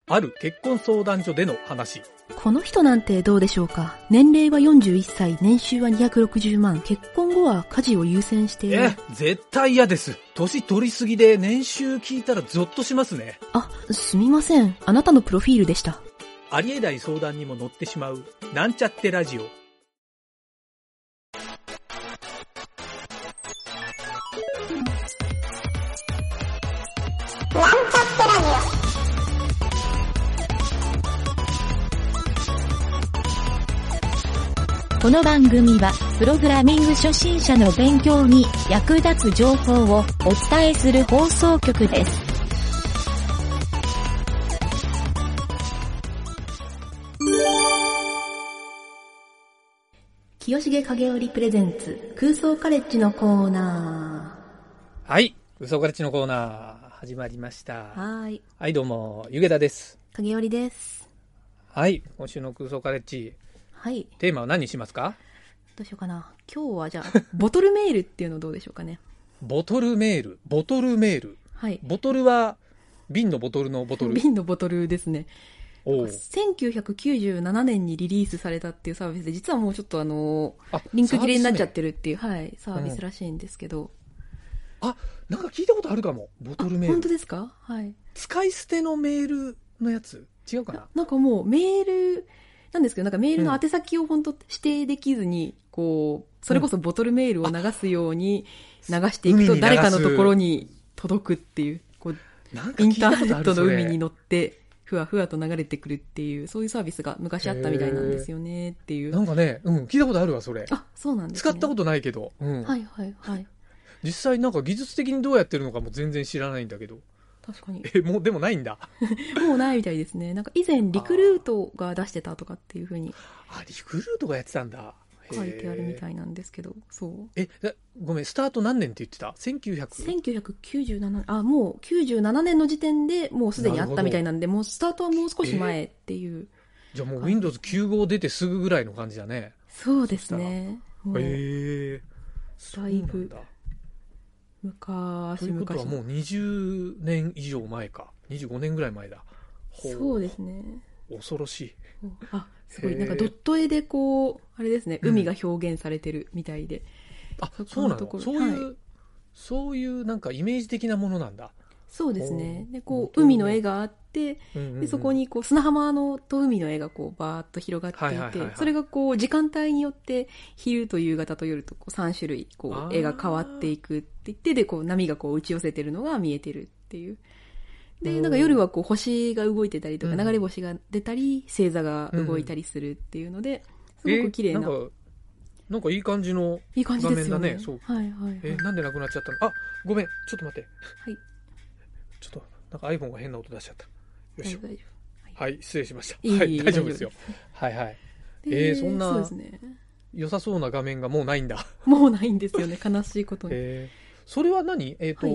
ある結婚相談所での話。 この人なんてどうでしょうか。年齢は41歳、年収は260万、結婚後は家事を優先している。 絶対嫌です。年取りすぎで年収聞いたらゾッとしますね。 あ、すみません。あなたのプロフィールでした。 ありえない相談にも乗ってしまう、なんちゃってラジオ。 この番組はプログラミング初心者の勉強に役立つ情報をお伝えする放送局です。 清重影織プレゼンツ空想カレッジのコーナー。はい、空想カレッジのコーナー始まりました。 はい、 どうも、ゆげたです。 影織です。 はい、今週の空想カレッジ、 はい、 テーマは何にしますか？ どうしようかな。今日はじゃあボトルメールっていうのどうでしょうかね。 ボトルメール。 はい。 ボトルは瓶のボトルのボトル。 瓶のボトルですね。1997年にリリースされたっていうサービスで、実はもうちょっとリンク切れになっちゃってるっていう、はい、サービスらしいんですけど、 なんか聞いたことあるかも。ボトルメール。 本当ですか？はい。 使い捨てのメールのやつ違うかな。 なんかもうメールなんですけど、なんかメールの宛先を本当指定できずに、こうそれこそボトルメールを流すように流していくと誰かのところに届くっていう、こうインターネットの海に乗ってふわふわと流れてくるっていう、そういうサービスが昔あったみたいなんですよねっていう。 なんかね、聞いたことあるわそれ。 そうなんですね。 使ったことないけど、 はいはいはい。 実際なんか技術的にどうやってるのかも全然知らないんだけど。 確かに。 もうでもないんだ。 もうないみたいですね。なんか以前リクルートが出してたとかっていう風に。 リクルートがやってたんだ。 書いてあるみたいなんですけど、そう。 ごめん、スタート何年って言ってた ？1997、もう97年の時点でもうすでにあったみたいなんで、もうスタートはもう少し前っていう。 じゃあもう Windows 9号出てすぐぐらいの感じだね。 そうですね。 だいぶ昔。 ということはもう20年以上前か。25年ぐらい前だ。 そうですね。 恐ろしい。 すごいなんかドット絵でこうあれですね、海が表現されてるみたいで。 そうなの？そういうなんかイメージ的なものなんだ。 そうですね。でこう海の絵があって、でそこにこう砂浜と海の絵がこうバーッと広がっていて、それがこう時間帯によって昼と夕方と夜とこう3種類こう絵が変わっていくって言って、でこう波がこう打ち寄せてるのが見えてるっていう。でなんか夜はこう星が動いてたりとか、流れ星が出たり星座が動いたりするっていうので、すごく綺麗な。 なんかいい感じの画面だね。そう。 はいはい、はい。 なんでなくなっちゃったの？ごめん、ちょっと待って。 はい。 ちょっとなんか iPhone が変な音出しちゃった。よいしょ。はい、失礼しました。 はい、 大丈夫ですよ。はいはい。そんな良さそうな画面がもうないんだ。 もうないんですよね。悲しいことに。 それは何？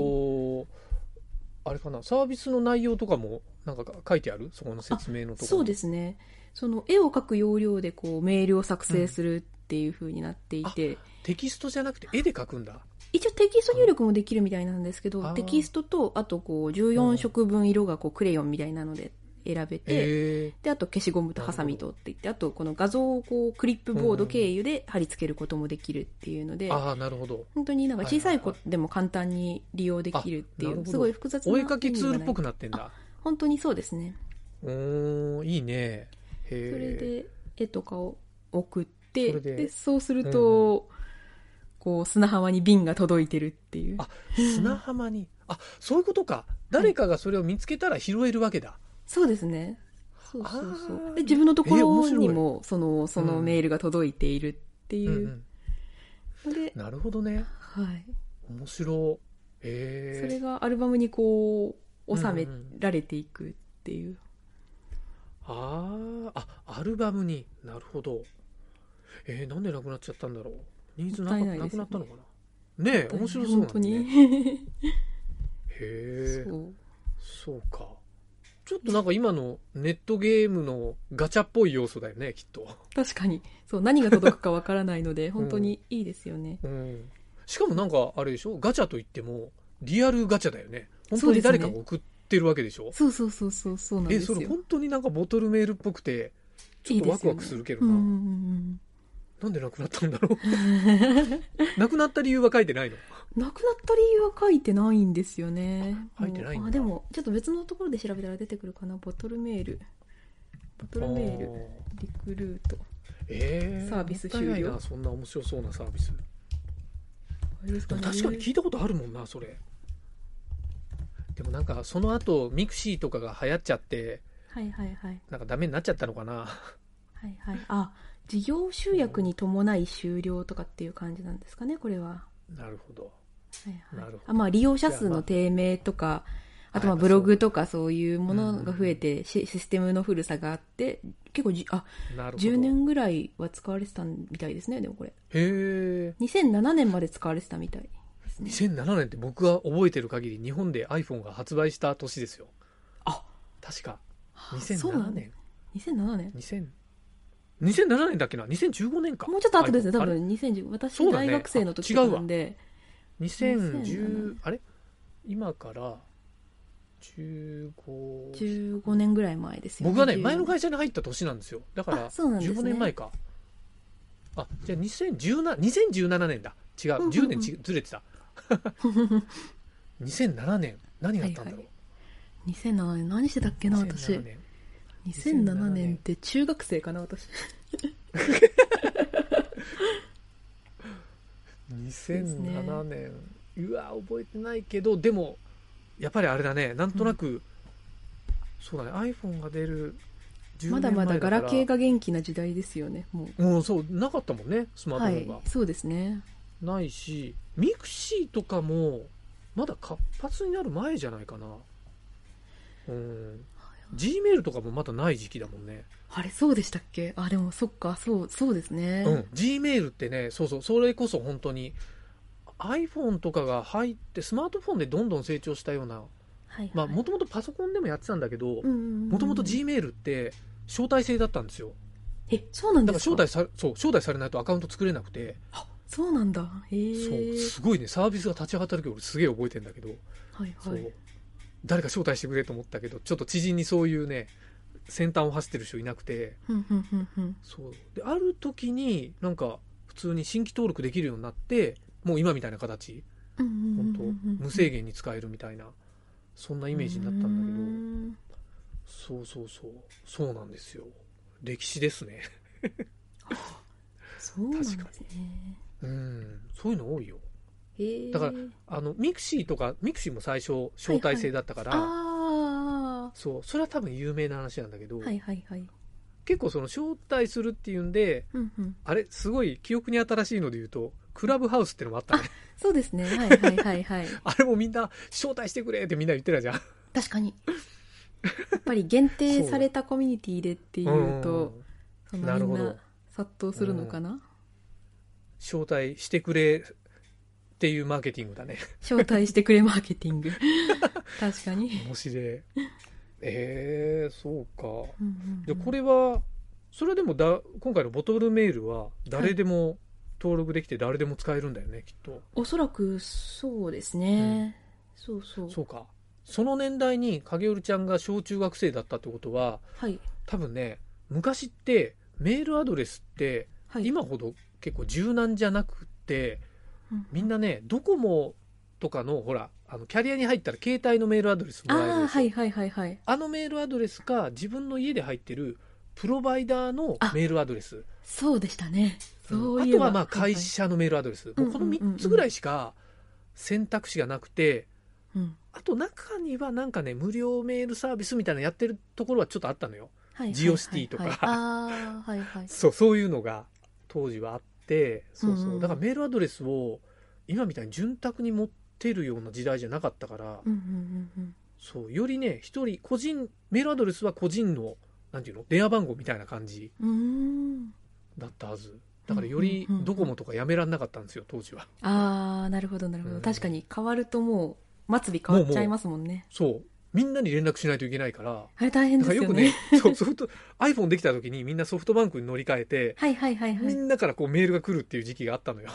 あれかな、サービスの内容とかもなんか書いてある？そこの説明のところ。 そうですね。その絵を描く要領でこうメールを作成するっていう風になっていて、 テキストじゃなくて絵で描くんだ。 一応テキスト入力もできるみたいなんですけど、テキストとあとこう14色分色がこうクレヨンみたいなので選べて、であと消しゴムとハサミとって言って、あとこの画像をこうクリップボード経由で貼り付けることもできるっていうので、 なるほど。 本当になんか小さい子でも簡単に利用できるっていう、すごい複雑なお絵描きツールっぽくなってんだ。 本当にそうですね。 いいね。 それで絵とかを送って、でそうすると、こう砂浜に瓶が届いてるっていう。 砂浜にそういうことか。誰かがそれを見つけたら拾えるわけだ。 そうですね。そうで自分のところにもそのメールが届いているっていうので、 なるほどね。 はい。 面白い。それがアルバムにこう収められていくっていう。 アルバムに。なるほど。なんでなくなっちゃったんだろう。ニーズなくなったのかな。ねえ、面白そうなんだね。 本当に。 そうか。ちょっとなんか今のネットゲームのガチャっぽい要素だよね、きっと。 確かに。そう、何が届くかわからないので本当にいいですよね。 しかもなんかあれでしょ、ガチャといってもリアルガチャだよね。本当に誰かが送っってるわけでしょ。 そうそうそうそう、そうなんですよ。 それ本当になんかボトルメールっぽくてちょっとワクワクするけどな。なんでなくなったんだろう。なくなった理由は書いてないの？ なくなった理由は書いてないんですよね。 書いてないんだ。 でもちょっと別のところで調べたら出てくるかな。ボトルメールリクルート、サービス終了。 そんな面白そうなサービス。 あれですかね、 確かに聞いたことあるもんなそれ。でもなんかその後ミクシーとかが流行っちゃって、 はいはいはい、 なんかダメになっちゃったのかな。 はいはい。あ、事業集約に伴い終了とかっていう感じなんですかね、これは。 なるほど。 はいはい、 なるほど。 まあ利用者数の低迷とか、あとまあブログとかそういうものが増えて、システムの古さがあって、結構10年ぐらいは使われてたみたいですね、でもこれ。2007年まで使われてたみたいですね。 2007年って僕が覚えてる限り日本で iPhone が発売した年ですよ。 あ、 確か。2007年。 2007年 2007年だっけな。2015年か。 もうちょっと後ですね、多分2015。私大学生の時とかなんで。 2010、あれ今から15 年ぐらい前ですよね。 僕がね、前の会社に入った年なんですよ。だから15年前か。あ、じゃあ2017年だ。違う、10年ずれてた。2007年何があったんだろう。 2007年何してたっけな、私。2007年って中学生かな、私。 2007年、うわ覚えてないけど、でもやっぱりあれだね、なんとなく、そうだね、 iPhone が出る10年前だからまだまだガラケーが元気な時代ですよね。もうそうなかったもんね、スマートフォンが、 はい、そうですね。 ないし、ミクシーとかもまだ活発になる前じゃないかな。Gmail とかもまだない時期だもんね。 あれそうでしたっけ。あ、でもそっか、そうですね。 Gmail ってね、そうそれこそ本当に iPhone とかが入ってスマートフォンでどんどん成長したような、まあもともとパソコンでもやってたんだけど、もともと Gmail って招待制だったんですよ。 そうなんですか。 だから招待されないとアカウント作れなくて。 そうなんだ。 そうすごいね、サービスが立ち上がった時俺すげえ覚えてるんだけど、そう誰か招待してくれと思ったけど、ちょっと知人にそういうね先端を走ってる人いなくて、そうである時になんか普通に新規登録できるようになって、もう今みたいな形、本当無制限に使えるみたいな、そんなイメージになったんだけど、そうなんですよ。歴史ですね。 そうなんですね。 そういうの多いよ。だからミクシーも最初招待制だったから、それは多分有名な話なんだけど、結構その招待するっていうんで、あれすごい記憶に新しいので言うとクラブハウスってのもあったね。 そうですね。 あれもみんな招待してくれってみんな言ってたじゃん。 確かに。やっぱり限定されたコミュニティでっていうと、みんな殺到するのかな。 招待してくれっていうマーケティングだね。 招待してくれマーケティング。確かに。 面白い。そうか。じゃこれはそれでも今回のボトルメールは誰でも登録できて誰でも使えるんだよね、きっと。 おそらくそうですね。 そうか。その年代に影織ちゃんが小中学生だったってことは、多分ね、昔ってメールアドレスって今ほど結構柔軟じゃなくて、みんなね、ドコモとかのほらキャリアに入ったら携帯のメールアドレスもらえるんですよ。あのメールアドレスか自分の家で入ってるプロバイダーのメールアドレス。 そうでしたね。 あとはまあ会社のメールアドレス、もうこの3つぐらいしか選択肢がなくて、あと中にはなんかね、無料メールサービスみたいなのやってるところはちょっとあったのよ。ジオシティとかそういうのが当時はあって、だからメールアドレスを今みたいに潤沢に持ってるような時代じゃなかったから、よりね、一人個人メールアドレスは個人のなんていうの電話番号みたいな感じだったはず。だからよりドコモとかやめらんなかったんですよ、当時は。 なるほど。確かに変わるともう末尾変わっちゃいますもんね。 みんなに連絡しないといけないから、 あれ大変ですよね。 よくね、ソフト iPhone できた時にみんなソフトバンクに乗り換えて、みんなからこうメールが来るっていう時期があったのよ。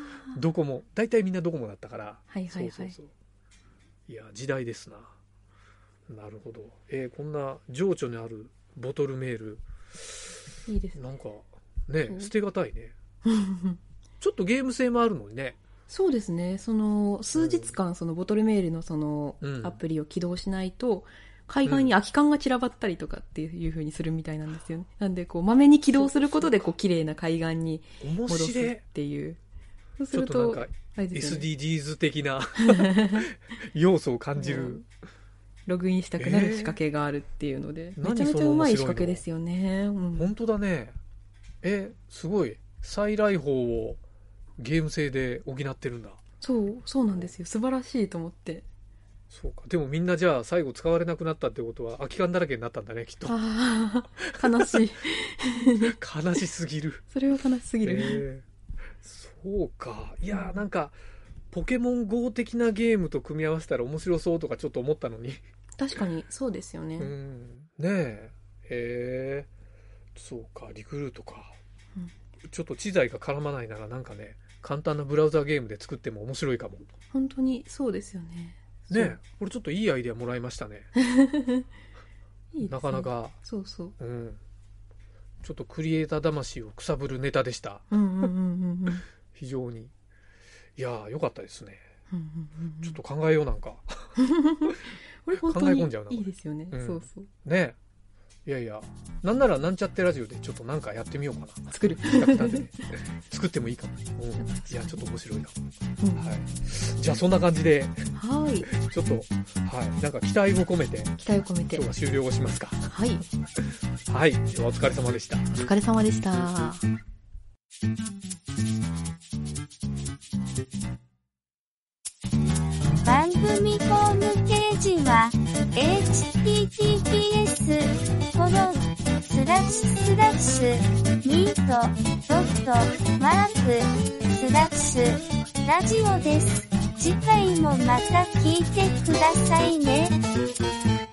大体みんなドコモだったから。いや時代ですな。 なるほど。こんな情緒にあるボトルメール。 いいですね。 なんか、ね、捨てがたいね。ちょっとゲーム性もあるのにね。 そうですね。その、数日間、そのボトルメールのその、アプリを起動しないと、海岸に空き缶が散らばったりとかっていう風にするみたいなんですよね。なんで、こう、まめに起動することで、こう、綺麗な海岸に戻すっていう。そうすると、 ちょっとなんか、SDGs 的な要素を感じる。 ログインしたくなる仕掛けがあるっていうので、めちゃめちゃうまい仕掛けですよね。 本当だね。すごい。再来法をゲーム性で補ってるんだ。 そうなんですよ。素晴らしいと思って。 そうか。でもみんなじゃあ最後使われなくなったってことは空き缶だらけになったんだね、きっと。 悲しい。 悲しすぎる。 それは悲しすぎる。 そうか。いや、なんか、ポケモン GO 的なゲームと組み合わせたら面白そうとかちょっと思ったのに。 確かに、そうですよね。 ねえ。そうか、リクルートか。ちょっと知財が絡まないならなんかね、簡単なブラウザゲームで作っても面白いかも。 本当にそうですよね。 ね、これちょっといいアイデアもらいましたね。 いいですね。 なかなか。 そう。ちょっとクリエイター魂をくさぶるネタでした。非常に。いやー、よかったですね。ちょっと考えようなんか。 これ本当にいいですよね。そうね。いやいや、なんならなんちゃってラジオでちょっとなんかやってみようかな。 作る。 作ってもいいかも。いや、ちょっと面白いな。はい。じゃあそんな感じで、 はい。 ちょっと、はい。なんか期待を込めて、今日は終了をしますか。 はい。 はい。ではお疲れ様でした。お疲れ様でした。 番組ホームページは https://mint.work/ラジオです。次回もまた聞いてくださいね。